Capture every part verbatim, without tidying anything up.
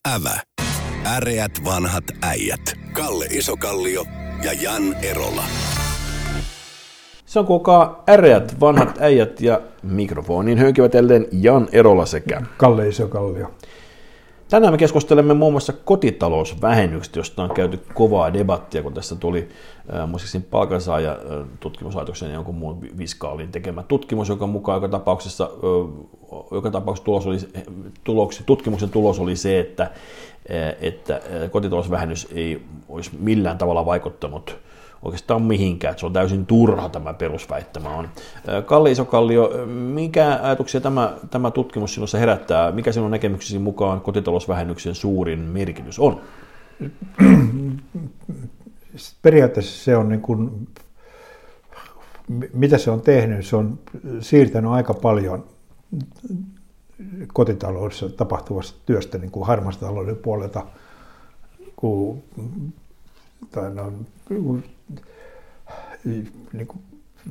Ävä. Äreät vanhat äijät. Kalle Isokallio ja Jan Erola. Se on kuulkaa äreät vanhat äijät ja mikrofonin hönkivät jälleen Jan Erola sekä Kalle Isokallio. Tänään me keskustelemme muun muassa kotitalousvähennyksestä, josta on käyty kovaa debattia, kun tässä tuli äh, muistaakseni palkansaaja äh, tutkimuslaitoksen ja jonkun muun viskaalin tekemä tutkimus, joka mukaan joka tapauksessa, äh, joka tapauksessa tulos oli, tuloksi, tutkimuksen tulos oli se, että, äh, että äh, kotitalousvähennys ei olisi millään tavalla vaikuttanut oikeastaan mihinkään, että se on täysin turha tämä perusväittämä on. Kalle Isokallio, mikä ajatuksia tämä, tämä tutkimus sinussa herättää? Mikä sinun näkemyksesi mukaan kotitalousvähennyksen suurin merkitys on? Periaatteessa se on niin kuin, mitä se on tehnyt, se on siirtänyt aika paljon kotitaloudessa tapahtuvasta työstä niin kuin harmaasta talouden puolelta, kun, tai no, niin kuin,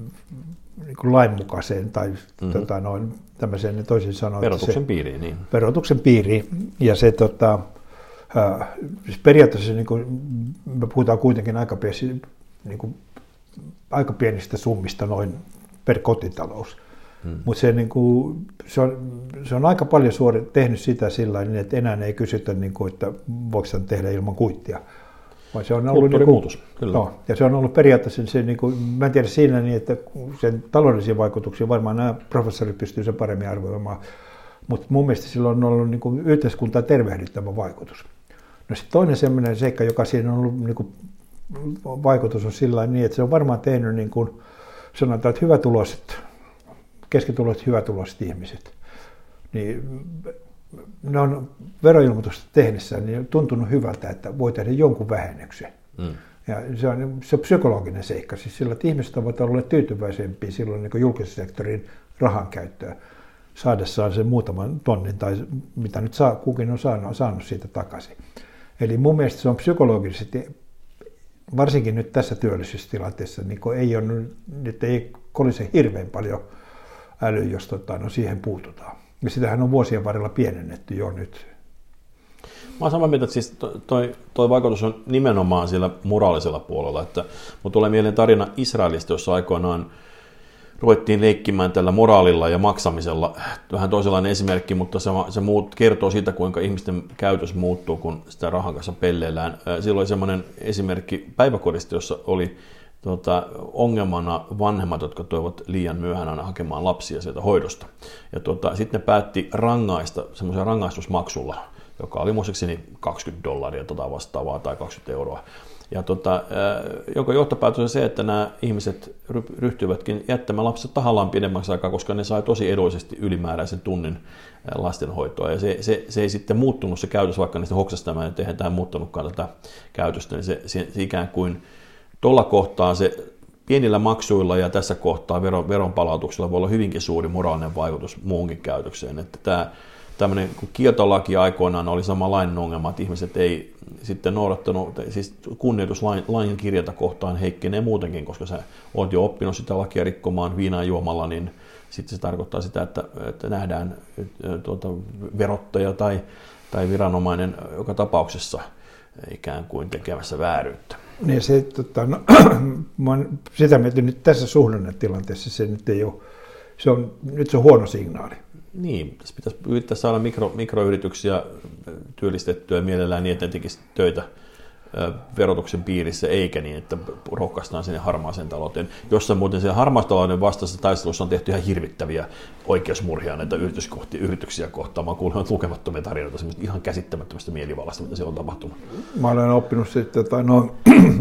niin kuin lainmukaiseen tai mm-hmm. tota, noin, tämmöiseen toisin sanoen. Verotuksen piiriin, niin. Verotuksen piiriin. Ja se tota, äh, periaatteessa niin kuin, me puhutaan kuitenkin aika, pieni, niin kuin, aika pienistä summista noin per kotitalous. Hmm. Mutta se, niin kuin, se, on, se on aika paljon suori, tehnyt sitä sillä tavalla, että enää ei kysytä, niin kuin, että voiko sen tehdä ilman kuittia. Se on ollut niin kuin, kyllä. No, ja se on ollut periaatteessa, se, niin kuin, mä en tiedä siinä niin, että sen taloudellisia vaikutuksia varmaan nämä professorit pystyvät sen paremmin arvioimaan, mutta mun mielestä sillä on ollut niin kuin yhteiskuntaa tervehdyttävä vaikutus. No sitten toinen sellainen seikka, joka siinä on ollut niin kuin, vaikutus on sillä niin, että se on varmaan tehnyt niin kuin, sanotaan, että hyvätuloiset, keskituloiset, hyvätuloiset ihmiset, niin ne on veroilmoitusta tehdessään niin on tuntunut hyvältä, että voi tehdä jonkun vähennyksen. Mm. Ja se on, se on psykologinen seikka, siis sillä, että ihmiset ovat olleet tyytyväisempiä silloin niin julkisen sektorin rahan käyttöä saadessaan sen muutaman tonnin tai mitä nyt saa, kukin on saanut, on saanut siitä takaisin. Eli mun mielestä se on psykologisesti, varsinkin nyt tässä työllisyystilanteessa, niin ei ole, nyt ei kolise hirveän paljon älyä, jos tota, no, siihen puututaan. Ja sitähän on vuosien varrella pienennetty jo nyt. Mä oon samaa mieltä, että siis toi, toi vaikutus on nimenomaan sillä moraalisella puolella. Että mun tulee mieleen tarina Israelista, jossa aikoinaan ruvettiin leikkimään tällä moraalilla ja maksamisella. Vähän toisenlainen esimerkki, mutta se, se muut, kertoo siitä, kuinka ihmisten käytös muuttuu, kun sitä rahan kanssa pelleillään. Silloin oli semmoinen esimerkki päiväkodista, jossa oli Tuota, ongelmana vanhemmat, jotka toivat liian myöhään aina hakemaan lapsia sieltä hoidosta. Ja tuota, sitten ne päätti rangaista semmoisen rangaistusmaksulla, joka oli muistaakseni kaksikymmentä dollaria tota vastaavaa tai kaksikymmentä euroa. Ja tuota, jonka johtopäätös on se, että nämä ihmiset ryhtyivätkin jättämään lapset tahallaan pidemmäksi aikaa, koska ne sai tosi edullisesti ylimääräisen tunnin lastenhoitoa. Ja se, se, se ei sitten muuttunut se käytös, vaikka niistä hoksastamaan, että eihän tämä muuttanutkaan tätä käytöstä, niin se, se, se ikään kuin tuolla kohtaa se pienillä maksuilla ja tässä kohtaa veron, veronpalautuksella voi olla hyvinkin suuri moraalinen vaikutus muuhunkin käytökseen. Että tämä tämmöinen kieltolaki aikoinaan oli samanlainen ongelma, että ihmiset ei sitten noudattanut, siis kunnioitus lain, lain kirjata kohtaan heikkenee muutenkin, koska sä oot jo oppinut sitä lakia rikkomaan viinaa juomalla, niin sitten se tarkoittaa sitä, että, että nähdään tuota, verottaja tai, tai viranomainen joka tapauksessa ikään kuin tekemässä vääryyttä. Niin se, tota, no, mä oon sitä mieltä nyt tässä suhdannetilanteessa se nyt ei ole, se on, nyt se on huono signaali. Niin, tässä pitäisi yrittää saada mikro, mikroyrityksiä työllistettyä mielellään niin, että ne tekisi töitä verotuksen piirissä, eikä niin, että rohkaistaan sinne harmaaseen talouteen. Jossa muuten siellä harmaasta talouden vastaisessa taistelussa on tehty ihan hirvittäviä oikeusmurhia näitä yrityksiä kohtaan. Mä oon kuullut lukemattomia tarinoita semmoista ihan käsittämättömästä mielivallasta, mitä siellä on tapahtunut. Mä olen oppinut sitten tai no,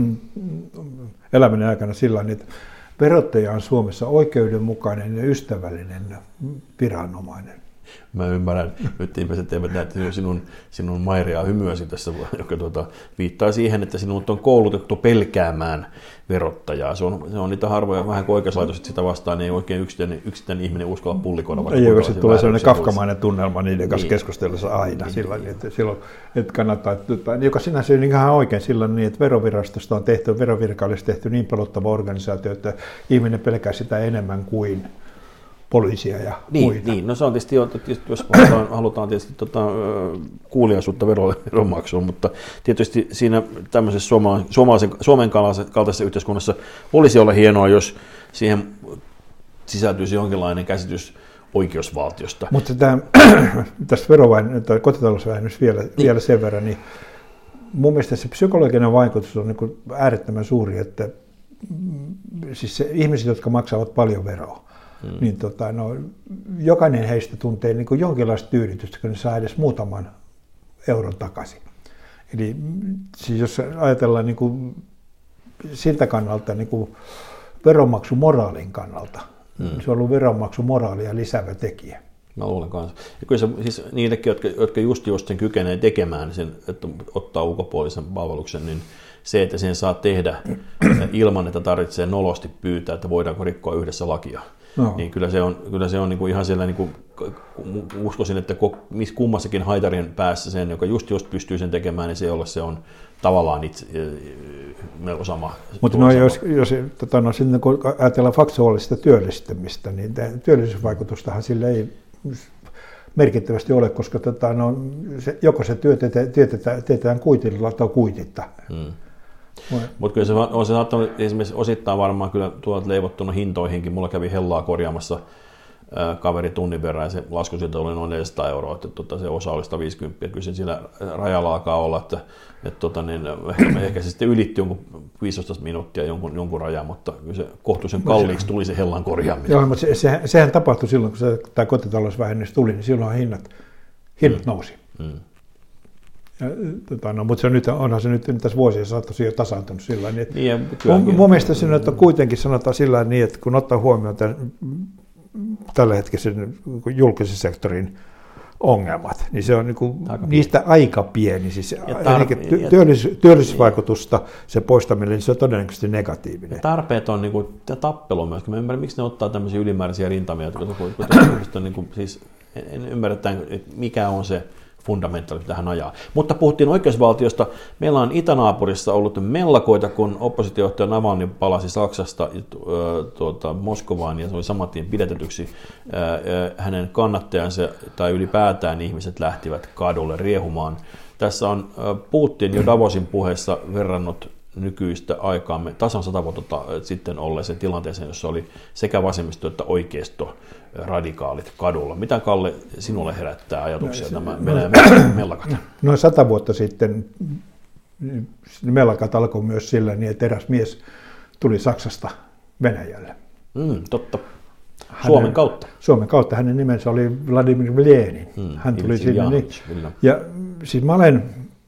elämän aikana sillä tavalla, että verottaja on Suomessa oikeudenmukainen ja ystävällinen viranomainen. Mä ymmärrän, nyt ihmiset eivät näe sinun, sinun maireaa hymyäsi tässä, joka tuota, viittaa siihen, että sinut on koulutettu pelkäämään verottajaa. Se on, se on niitä harvoja, vähän kuin oikeuslaitos, että sitä vastaan ei oikein yksittäinen, yksittäinen ihminen uskalla pullikoida. Ei, joka sitten tulee sellainen kafkamainen tunnelma niiden kanssa niin. Keskustelussa aina. Niin. Sillä, että silloin, että kannattaa, että, joka sinänsä on ihan oikein sillä niin, että verovirastosta on tehty, verovirka olisi tehty niin pelottava organisaatio, että ihminen pelkää sitä enemmän kuin poliisia ja niin, muita. Niin, no se on tietysti, tietysti jos halutaan, halutaan tietysti tota, kuuliaisuutta veronmaksuun, mutta tietysti siinä tämmöisessä Suoma, Suomen kaltaisessa yhteiskunnassa olisi olla hienoa, jos siihen sisältyisi jonkinlainen käsitys oikeusvaltiosta. Mutta tämä, tästä verovähennys, tai kotitalousvähennys vielä, niin. vielä sen verran, niin mun mielestä se psykologinen vaikutus on niin kuin äärettömän suuri, että siis se, ihmiset, jotka maksavat paljon veroa, hmm. niin tota, no, jokainen heistä tuntee niin kuin jonkinlaista tyydytystä, kun ne saa edes muutaman euron takaisin. Eli siis jos ajatellaan niin kuin siltä kannalta, niin kuin veronmaksumoraalin kannalta, hmm. se on ollut veronmaksumoraalia lisäävä tekijä. Mä luulen kanssa. Ja kyllä se, siis niillekin, jotka, jotka just just sen kykenee tekemään, sen, että ottaa ulkopuolisen palveluksen, niin se, että sen saa tehdä ilman, että tarvitsee nolosti pyytää, että voidaanko rikkoa yhdessä lakia, no. niin kyllä se on, kyllä se on niin kuin ihan siellä, niin kuin, uskoisin, että missä kummassakin haitarin päässä sen, joka just just pystyy sen tekemään, niin se, jolle se on tavallaan itse melko sama. Mutta no, jos, jos tota, no, sitten, kun ajatellaan faktuaalista työllistämistä, niin työllisyysvaikutustahan sille ei merkittävästi ole, koska tota, no, se, joko se työ teetään kuitilla tai kuititta. Hmm. Mutta kyllä se on se saattanut esimerkiksi osittain varmaan kyllä tuolta leivottuna hintoihinkin. Mulla kävi hellaa korjaamassa ää, kaveri tunnin verran ja se lasku siitä oli noin neljäsataa euroa, että tota, se osa oli sata viisikymmentä. Kyllä se sillä rajalla alkaa olla, että et, tota, niin, ehkä, ehkä se sitten ylitti jonkun viisitoista minuuttia jonkun, jonkun rajan, mutta kyllä se kohtuullisen kalliiksi tuli se hellan korjaaminen. Joo, mutta se, se, sehän tapahtui silloin, kun se, tämä kotitalousvähennys tuli, niin silloin hinnat, hinnat mm. nousi. Mm. Ja, tota, no, mutta se nyt, onhan se nyt tässä vuosien saatossa jo tasaantunut sillä niin, niin mun, mun mielestä se nyt on kuitenkin sanotaan sillä niin, että kun ottaa huomioon tämän, tällä hetkellä julkisen sektorin ongelmat, niin se on niin kuin niistä aika pieni. Siis tar- työllis- työllisyysvaikutusta se poistaminen, niin se on todennäköisesti negatiivinen. Ja tarpeet on niin kuin, ja tappelu myöskin. Mä ymmärrän, miksi ne ottaa tämmöisiä ylimääräisiä rintamia. Niin kuin, siis en ymmärrä, että mikä on se fundamentaali tähän ajaa. Mutta puhuttiin oikeusvaltiosta. Meillä on itänaapurissa ollut mellakoita, kun oppositiojohtaja Navalny palasi Saksasta tuota, Moskovaan ja se oli saman tien pidätetyksi. Hänen kannattajansa tai ylipäätään ihmiset lähtivät kadulle riehumaan. Tässä on Putin jo Davosin puheessa verrannut nykyistä aikaamme tasan sata vuotta sitten olleeseen tilanteeseen, jossa oli sekä vasemmisto että oikeisto radikaalit kadulla. Mitä, Kalle, sinulle herättää ajatuksia no, tämä Venäjän mellakat? Noin sata vuotta sitten mellakat alkoi myös sillä niin, että eräs mies tuli Saksasta Venäjälle. Mm, totta. Suomen hänen, kautta. Suomen kautta. Hänen nimensä oli Vladimir Lenin. Hmm, Hän tuli sinne. Niin, ja siis mä olen,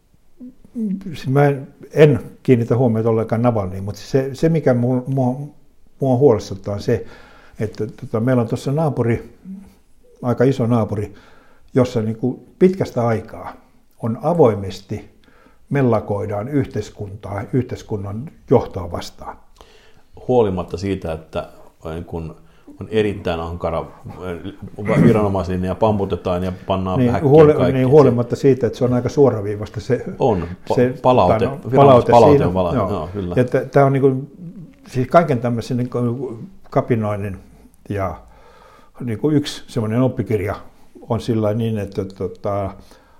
siis mä en, en kiinnitä huomiota ollenkaan Navalnyiin, mutta se, se mikä mua, mua, mua huolestuttaa on se, että tota, meillä on tuossa naapuri, aika iso naapuri, jossa niin kuin pitkästä aikaa on avoimesti mellakoidaan yhteiskuntaa, yhteiskunnan johtoa vastaan. Huolimatta siitä, että kun on erittäin ankara viranomaislinja ja pamputetaan ja pannaan niin, häkkiin huoli, kaikki. Niin huolimatta siitä, että se on aika suoraviivasta se, on, pa- se palaute, no, palaute, palaute siinä. on vala- joo. Joo, kyllä. Tämä on niin kuin, siis kaiken tämmöisen niin kuin kapinoinnin ja niin kuin yksi semmoinen oppikirja on sillä niin, että tota,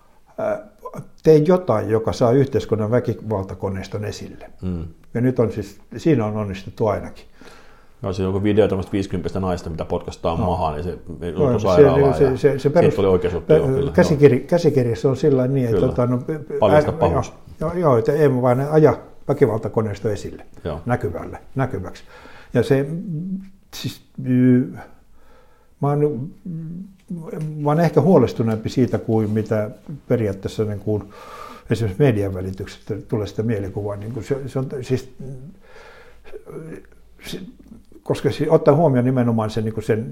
tee jotain, joka saa yhteiskunnan väkivaltakoneiston esille. Mm. Ja nyt on siis, siinä on onnistuttu ainakin. No, se on joku video tämmöistä viisikymmentä naista, mitä potkastaa no. mahaan, ja se joutui sairaalaan, se, ja se, se perus, tuli oikeusoppia. Käsikirja, käsikirjassa on sillä niin, että tota, no, paljasta pahuus. Joo, joo, että ei vaan aja väkivaltakoneisto esille näkyvälle, näkyväksi. Ja se, siis, mä oon, mä oon ehkä huolestuneempi siitä kuin mitä periaatteessa niin kuin, esimerkiksi median välityksestä tulee sitä mielikuvaa. Niin kuin se, se on, siis, se, koska se ottaa huomioon nimenomaan sen, niin kuin sen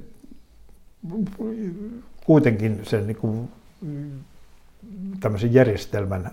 kuitenkin sen niin kuin, tämmöisen järjestelmän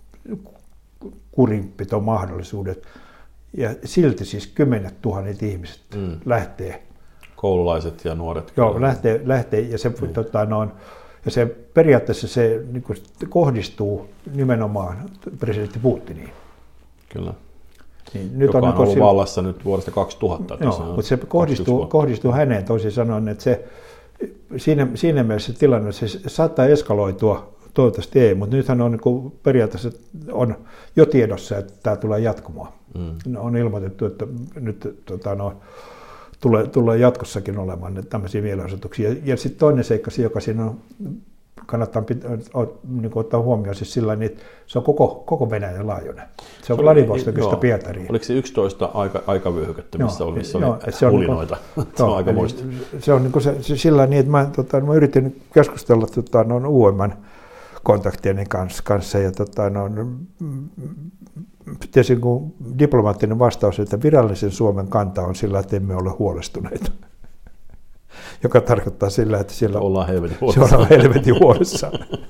kurinpitomahdollisuudet. Ja silti siis kymmenet tuhannet ihmiset mm. lähtee. Koululaiset ja nuoret. Joo, lähtee, lähtee ja, se, mm. tota, noin, ja se periaatteessa se niin kuin, kohdistuu nimenomaan presidentti Putiniin. Kyllä. Niin, nyt joka on, on ollut sillä... vallassa nyt vuodesta kaksituhatta. Joo, mutta se kohdistuu, kohdistuu häneen toisin sanoen, että se, siinä, siinä mielessä tilanne se saattaa eskaloitua, toivottavasti ei, mutta nythän on niin periaatteessa on jo tiedossa, että tämä tulee jatkumaan. Mm. On ilmoitettu, että nyt tota, no, tulee, tulee jatkossakin olemaan tämmöisiä mielenosoituksia. Ja, ja sitten toinen seikka, joka siinä on, kannattaa pitää, niin ottaa huomioon siis sillä tavalla, että se on koko, koko Venäjän laajuinen. Se on Vladivostokista Pietariin. Oliko se yksitoista aika, aikavyöhykettä, missä joo, oli, missä joo, oli se hulinoita? On, se on aika muista. Se on niin se, se sillä niin, että mä, tota, mä yritin keskustella tota, noin U M kontaktieni kanssa, kanssa ja tota, no, tietysti kun diplomaattinen vastaus, että virallisen Suomen kanta on sillä, että emme ole huolestuneita, joka tarkoittaa sillä, että siellä ollaan helvetin huolissaan. ollaan helvetin huolissaan.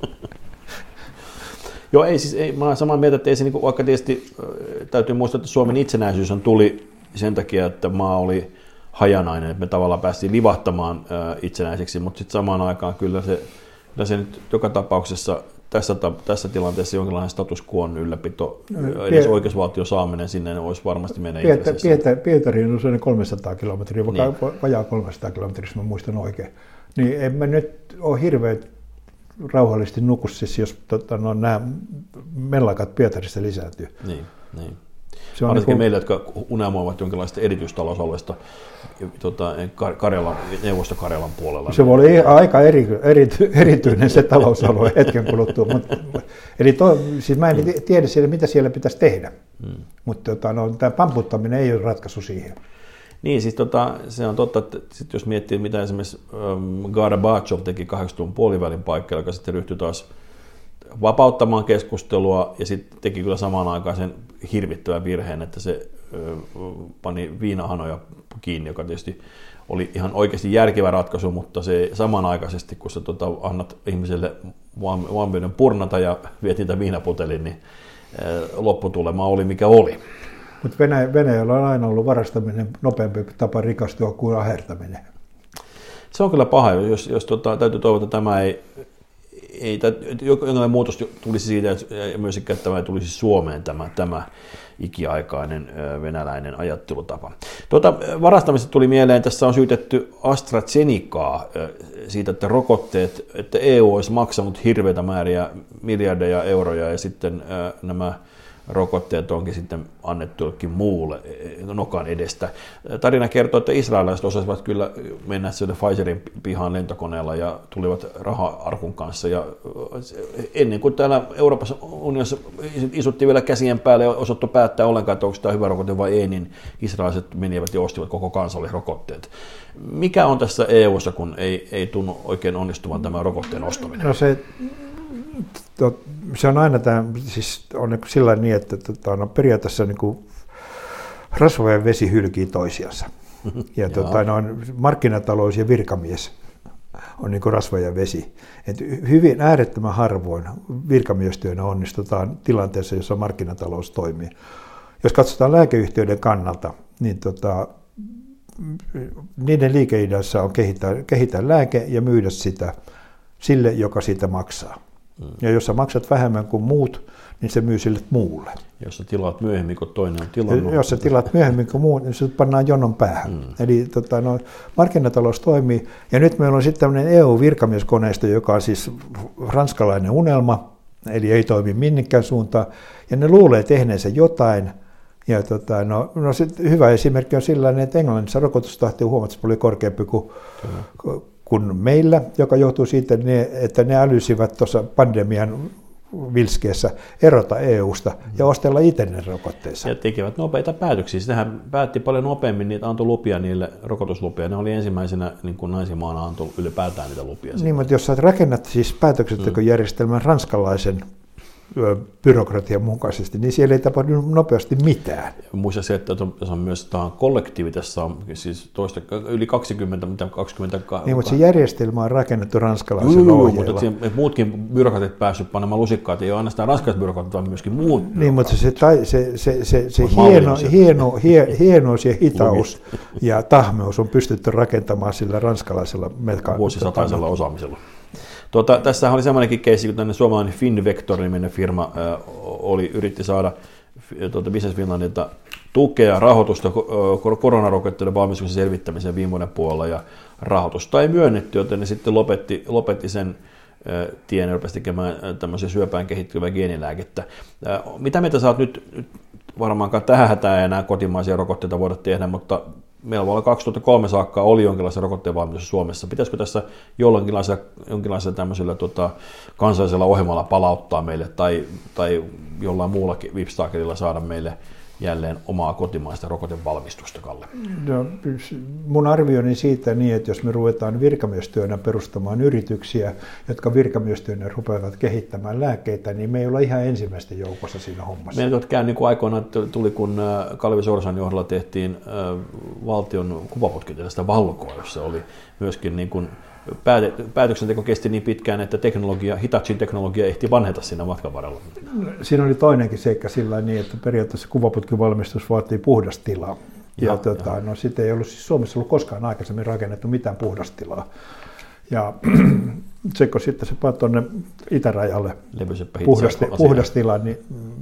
Joo, ei siis, ei, mä olen samaa mieltä, että ei se, niin kuin, vaikka tietysti täytyy muistaa, että Suomen itsenäisyys on tuli sen takia, että maa oli hajanainen, että me tavallaan päästiin livahtamaan äh, itsenäiseksi, mutta sitten samaan aikaan kyllä se, kyllä se nyt joka tapauksessa tässä, tässä tilanteessa jonkinlainen status quo ylläpito, Pie- edes oikeusvaltio saaminen sinne olisi varmasti meidän Piet- intressissä. Piet- Pietariin on sellainen kolmesataa kilometriä, niin. vajaa kolmesataa kilometriä, jos mä muistan oikein. Niin en mä nyt ole hirveän rauhallisesti nukussissa, jos tota, no, nämä mellakat Pietarissa lisääntyy. Niin, niin. Se on Ainakin niin kuin... meille, jotka unelmoivat jonkinlaista erityistalousalueesta tota, Karjalan, Neuvosto-Karjalan puolella. Se voi olla aika eri, erity, erityinen se talousalue hetken kuluttua. Mutta, eli to, siis mä en mm. tiedä siellä, mitä siellä pitäisi tehdä, mm. mutta tota, no, tämä pamputtaminen ei ole ratkaisu siihen. Niin, siis tota, se on totta, että sit jos miettii, mitä esimerkiksi um, Gorbachev teki kahdeksankymmentäluvun puolivälin paikkeilla, joka sitten ryhtyi taas vapauttamaan keskustelua ja sitten teki kyllä samaan aikaan sen hirvittävän virheen, että se ö, pani viinahanoja kiinni, joka tietysti oli ihan oikeasti järkevä ratkaisu, mutta se samanaikaisesti, kun sä tota, annat ihmiselle valmiuden purnata ja viet niitä viinaputelin, niin ö, lopputulema oli mikä oli. Mutta Venäjä, Venäjällä on aina ollut varastaminen nopeampi tapa rikastua kuin ahertaminen. Se on kyllä paha, jos, jos tota, täytyy toivoa, että tämä ei Ei, jonkinlainen muutos tulisi siitä, että myöskään tämä tulisi Suomeen tämä, tämä ikiaikainen venäläinen ajattelutapa. Tuota, varastamista tuli mieleen, tässä on syytetty AstraZenecaa siitä, että rokotteet, että E U olisi maksanut hirveitä määriä, miljardeja euroja ja sitten nämä rokotteet onkin sitten annettu jollekin muulle nokan edestä. Tarina kertoo, että israelilaiset osasivat kyllä mennä sille Pfizerin pihaan lentokoneella ja tulivat raha-arkun kanssa. Ja ennen kuin täällä Euroopassa unionissa isuttiin vielä käsien päälle ja osattu päättää ollenkaan, että onko tämä hyvä rokote vai ei, niin israelilaiset menivät ja ostivat koko kansalle rokotteet. Mikä on tässä E U:ssa, kun ei, ei tunnu oikein onnistuvan tämä rokotteen ostaminen? No se... Se on aina tämä, siis on niin sillä niin, että tota, no periaatteessa niin kuin rasva ja vesi hylkii toisiansa. Ja tota, no, markkinatalous ja virkamies on niin kuin rasva ja vesi. Et hyvin äärettömän harvoin virkamiestyönä onnistutaan tilanteessa, jossa markkinatalous toimii. Jos katsotaan lääkeyhtiöiden kannalta, niin tota, niiden liikeideassa on kehittää, kehittää lääke ja myydä sitä sille, joka siitä maksaa. Ja jos sä maksat vähemmän kuin muut, niin se myy sille muulle. Jos sä tilaat myöhemmin kuin toinen on tilannut. Jos sä tilaat myöhemmin kuin muut, niin se pannaan jonon päähän. Mm. Eli tota, no, markkinatalous toimii. Ja nyt meillä on sitten tämmöinen E U-virkamieskoneisto, joka on siis ranskalainen unelma, eli ei toimi minnekään suuntaan. Ja ne luulee tehneensä jotain. Ja tota, no, no sit hyvä esimerkki on sillä, että Englannissa rokotustahti on huomattavasti paljon korkeampi kuin... Mm. kuin meillä, joka johtuu siitä, että ne älysivät tuossa pandemian vilskeessä erota E U:sta ja ostella itse ne rokotteensa. Ja tekevät nopeita päätöksiä. Sitähän päätti paljon nopeammin, niitä antoi lupia niille rokotuslupia. Ne oli ensimmäisenä niin kuin naisimaana antoi ylipäätään niitä lupia. Niin, mutta jos sä rakennat siis päätöksentekojärjestelmän mm. ranskalaisen byrokratian mukaisesti, niin siellä ei tapahdu nopeasti mitään. Muista se, että se on myös tämä kollektiivi, tässä on siis toista, yli kaksikymmentä, mitä kaksikymmentä... Niin, mutta se järjestelmä on rakennettu ranskalaisen ohjeella. Mutta siihen, muutkin byrokratit päässyt panemaan lusikkaat, ei ole ainoastaan ranskalaiset byrokratit, vaan myöskin muut. Niin, mutta se, se, se, se, se hieno, hieno, hie, hienous ja hitaus ja tahmeus on pystytty rakentamaan sillä ranskalaisella melkein vuosisataisella osaamisella. Tuota, tässä oli semmoinenkin keissi, kun tänne suomalainen Finvector-niminen firma äh, oli, yritti saada tuota Business Finlandilta tukea, rahoitusta koronarokotteiden valmistuksen selvittämiseen viime vuoden puolella, ja rahoitusta ei myönnetty, joten ne sitten lopetti, lopetti sen tien ja rupesi tekemään tämmöisiä syöpään kehittyvää geenilääkettä. Mitä mieltä sä oot nyt, nyt varmaankaan tähän hätään enää kotimaisia rokotteita voida tehdä, mutta meillä vuonna kaksituhattakolme saakka oli jonkinlaisia rokotteen valmistus Suomessa. Pitäisikö tässä jonkinlaisella, jonkinlaisella tämmöisellä tota, kansallisella ohjelmalla palauttaa meille tai, tai jollain muulla vipstaakelilla saada meille jälleen omaa kotimaista rokotevalmistusta, Kalle? No, mun arvioni siitä niin, että jos me ruvetaan virkamiestyönä perustamaan yrityksiä, jotka virkamiestyönä rupeavat kehittämään lääkkeitä, niin me ei olla ihan ensimmäisten joukossa siinä hommassa. Meillä käy niin kuin aikoinaan tuli, kun Kalevi Sorsan johdolla tehtiin valtion kuvaputkitieteestä Valkoa, jossa oli myöskin niin kuin päätöksenteko kesti niin pitkään, että teknologia, Hitachin teknologia ehti vanheta siinä matkan varrella. Siinä oli toinenkin seikka sillä niin, että periaatteessa kuvaputkivalmistus vaatii puhdastilaa. Ja, ja, tota, ja. No, sitten ei ollut siis Suomessa ollut koskaan aikaisemmin rakennettu mitään puhdastilaa. Ja se, kun sitten se vaan tuonne itärajalle puhdasti, puhdastila, niin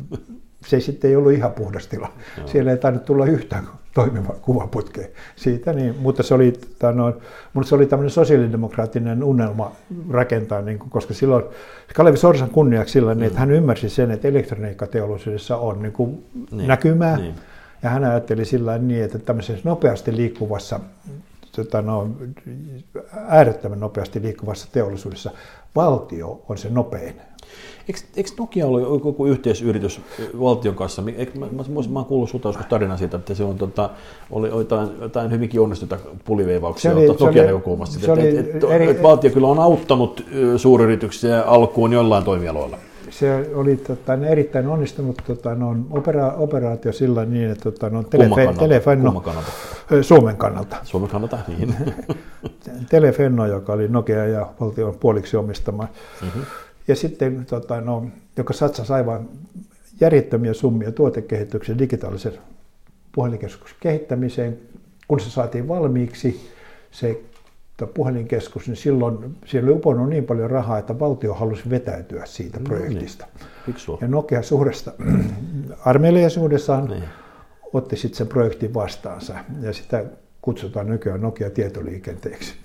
se sitten ei ollut ihan puhdastila. Joo. Siellä ei tainnut tulla yhtään toimivaa kuvaputkea siitä, niin, mutta se oli, no, mutta se oli tämmöinen sosiaalidemokraattinen unelma rakentaa, niin kuin, koska silloin Kalevi Sorsan kunniaksi sillä, niin, että hän ymmärsi sen, että elektroniikkateollisuudessa on niin kuin niin, näkymää, niin. Ja hän ajatteli sillä niin, että tämmöisessä nopeasti liikkuvassa, tota, no, äärettömän nopeasti liikkuvassa teollisuudessa valtio on se nopein. Eikö, eikö Nokia ollut joku yhteisyritys valtion kanssa? Eikö, mä, mä, mä oon kuullut sulta joskus tarinaa siitä, että se on, tota, oli jotain, jotain hyvinkin onnistuneita puliveivauksia Nokian näkökulmasta. Et, et, et, et valtio kyllä on auttanut suuryrityksiä alkuun jollain toimialoilla. Se oli tota, erittäin onnistunut tota, no, opera, operaatio sillä niin, että tota, no, Telefe, Telefenno, kannalta? Suomen kannalta. Suomen kannalta, niin. Telefenno, joka oli Nokia ja valtion puoliksi omistama. Mm-hmm. Ja sitten, tota, no, joka satsasi aivan järjettömiä summia tuotekehityksen digitaalisen puhelinkeskuksen kehittämiseen. Kun se saatiin valmiiksi, se puhelinkeskus, niin silloin siellä oli uponnut niin paljon rahaa, että valtio halusi vetäytyä siitä no, projektista. Niin. Ja Nokia suuresta armeliaisuudessaan niin. otti sitten sen projektin vastaansa, ja sitä kutsutaan nykyään Nokia tietoliikenteeksi.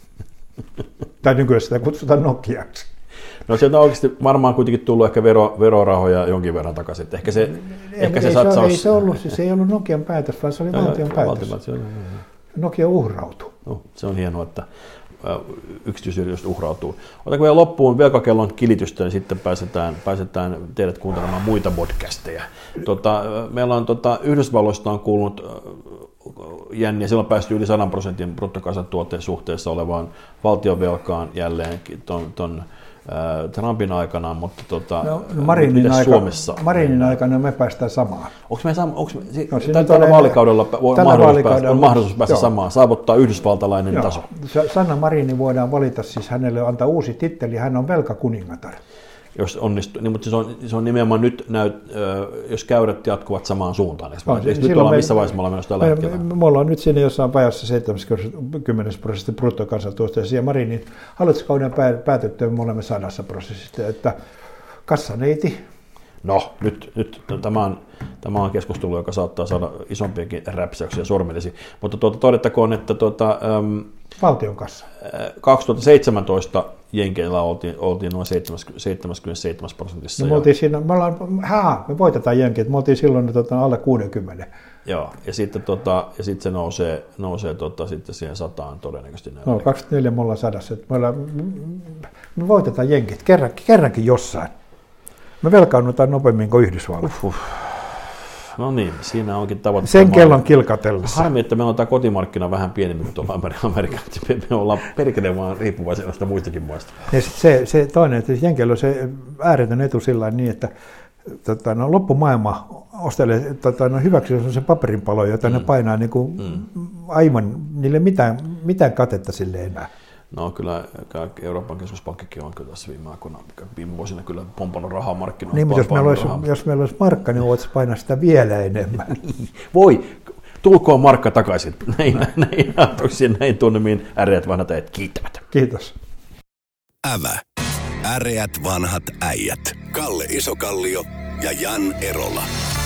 Tai nykyään sitä kutsutaan Nokiaksi. No sieltä on oikeasti varmaan kuitenkin tullut ehkä vero, verorahoja jonkin verran takaisin. Ehkä se, ei, ehkä se ei, satsaus... Ei se, ollut, se ei ollut Nokian päätös, vaan se oli valtion päätös. Valtion, Nokia uhrautui. No, se on hienoa, että yksityisyritykset uhrautuu. Otanko vielä loppuun velkakellon kilitystä, niin sitten pääsetään, pääsetään teidät kuuntelemaan muita podcasteja. Tota, meillä on tota, Yhdysvalloista on kuulunut jänniä, silloin päästy yli sadan prosentin bruttokansantuotteen suhteessa olevaan valtionvelkaan jälleen ton, ton Trumpin aikana, mutta tota, no, no Marinin, aika, Suomessa? Marinin aikana me päästään samaan. Onko me, onko me no, tällä tällä vaalikaudella on mahdollisuus, vaalikaudella, päästä, on mahdollisuus päästä joo. samaan, saavuttaa yhdysvaltalainen joo. taso? Sanna Marini voidaan valita, siis hänelle antaa uusi titteli, hän on velkakuningatar. Jos onnistuu, niin, mutta se on, se on nimenomaan nyt, näyt, jos käyrät jatkuvat samaan suuntaan. Eikö no, siis nyt ollaan me, missä vaiheessa me ollaan menossa tällä me, hetkellä? Me, me ollaan nyt siinä jossain vajassa seitsemänkymmentä prosenttia bruttokansantuotteesta ja Marinin hallituskauden päätettyä me olemme sadassa prosessista, että kassaneiti. No, nyt, nyt tämä, on, tämä on keskustelu, joka saattaa saada isompiakin räpsäyksiä sormillesi, mutta tuota, todettakoon, että tuota, äm, valtion kassa. kaksituhattaseitsemäntoista Jenkeillä oltiin, oltiin noin seitsemänkymmentäseitsemän prosentissa. No, me, oltiin siinä, me, ollaan, haa, me voitetaan Jenkeet, me oltiin silloin tota, alle kuusikymmentä. Joo, ja sitten, tota, ja sitten se nousee, nousee tota, sitten siihen sataan todennäköisesti. No, kaksikymmentäneljä me ollaan sadassa. Me, ollaan, me voitetaan Jenkeet kerran, kerrankin jossain. Me velkaannutaan nopeammin kuin Yhdysvallat. Uff, uff. No niin, siinä onkin tavoite. Sen kellon kilkatellessa. Harmi, että meillä on tämä kotimarkkina vähän pienemmin kuin tuolla Amerikan. Me ollaan perkele vaan riippuvaisia näistä muistakin maista. Ja se, se toinen, että Jenkeillä on se ääretön etu sillä niin, että tota, no, loppumaailma ostelee, tota, no, hyväksyy sen paperinpalo, jota mm. ne painaa niin kuin, mm. aivan, niille mitään, mitään katetta sille enää. No kyllä Euroopan keskuspankkikin on kyllä tässä viime aikoina, viime vuosina kyllä pompannut rahaa markkinoilla. Niin, mutta jos meillä, olisi, jos meillä olisi markka, niin voitaisiin painaa sitä vielä enemmän. Voi, tulkoon markka takaisin. Näin, näin ajatuksiin, näin tunnemiin äreät vanhat äijät kiittävät. Kiitos. Ävä. Äreät vanhat äijät. Kalle Isokallio ja Jan Erola.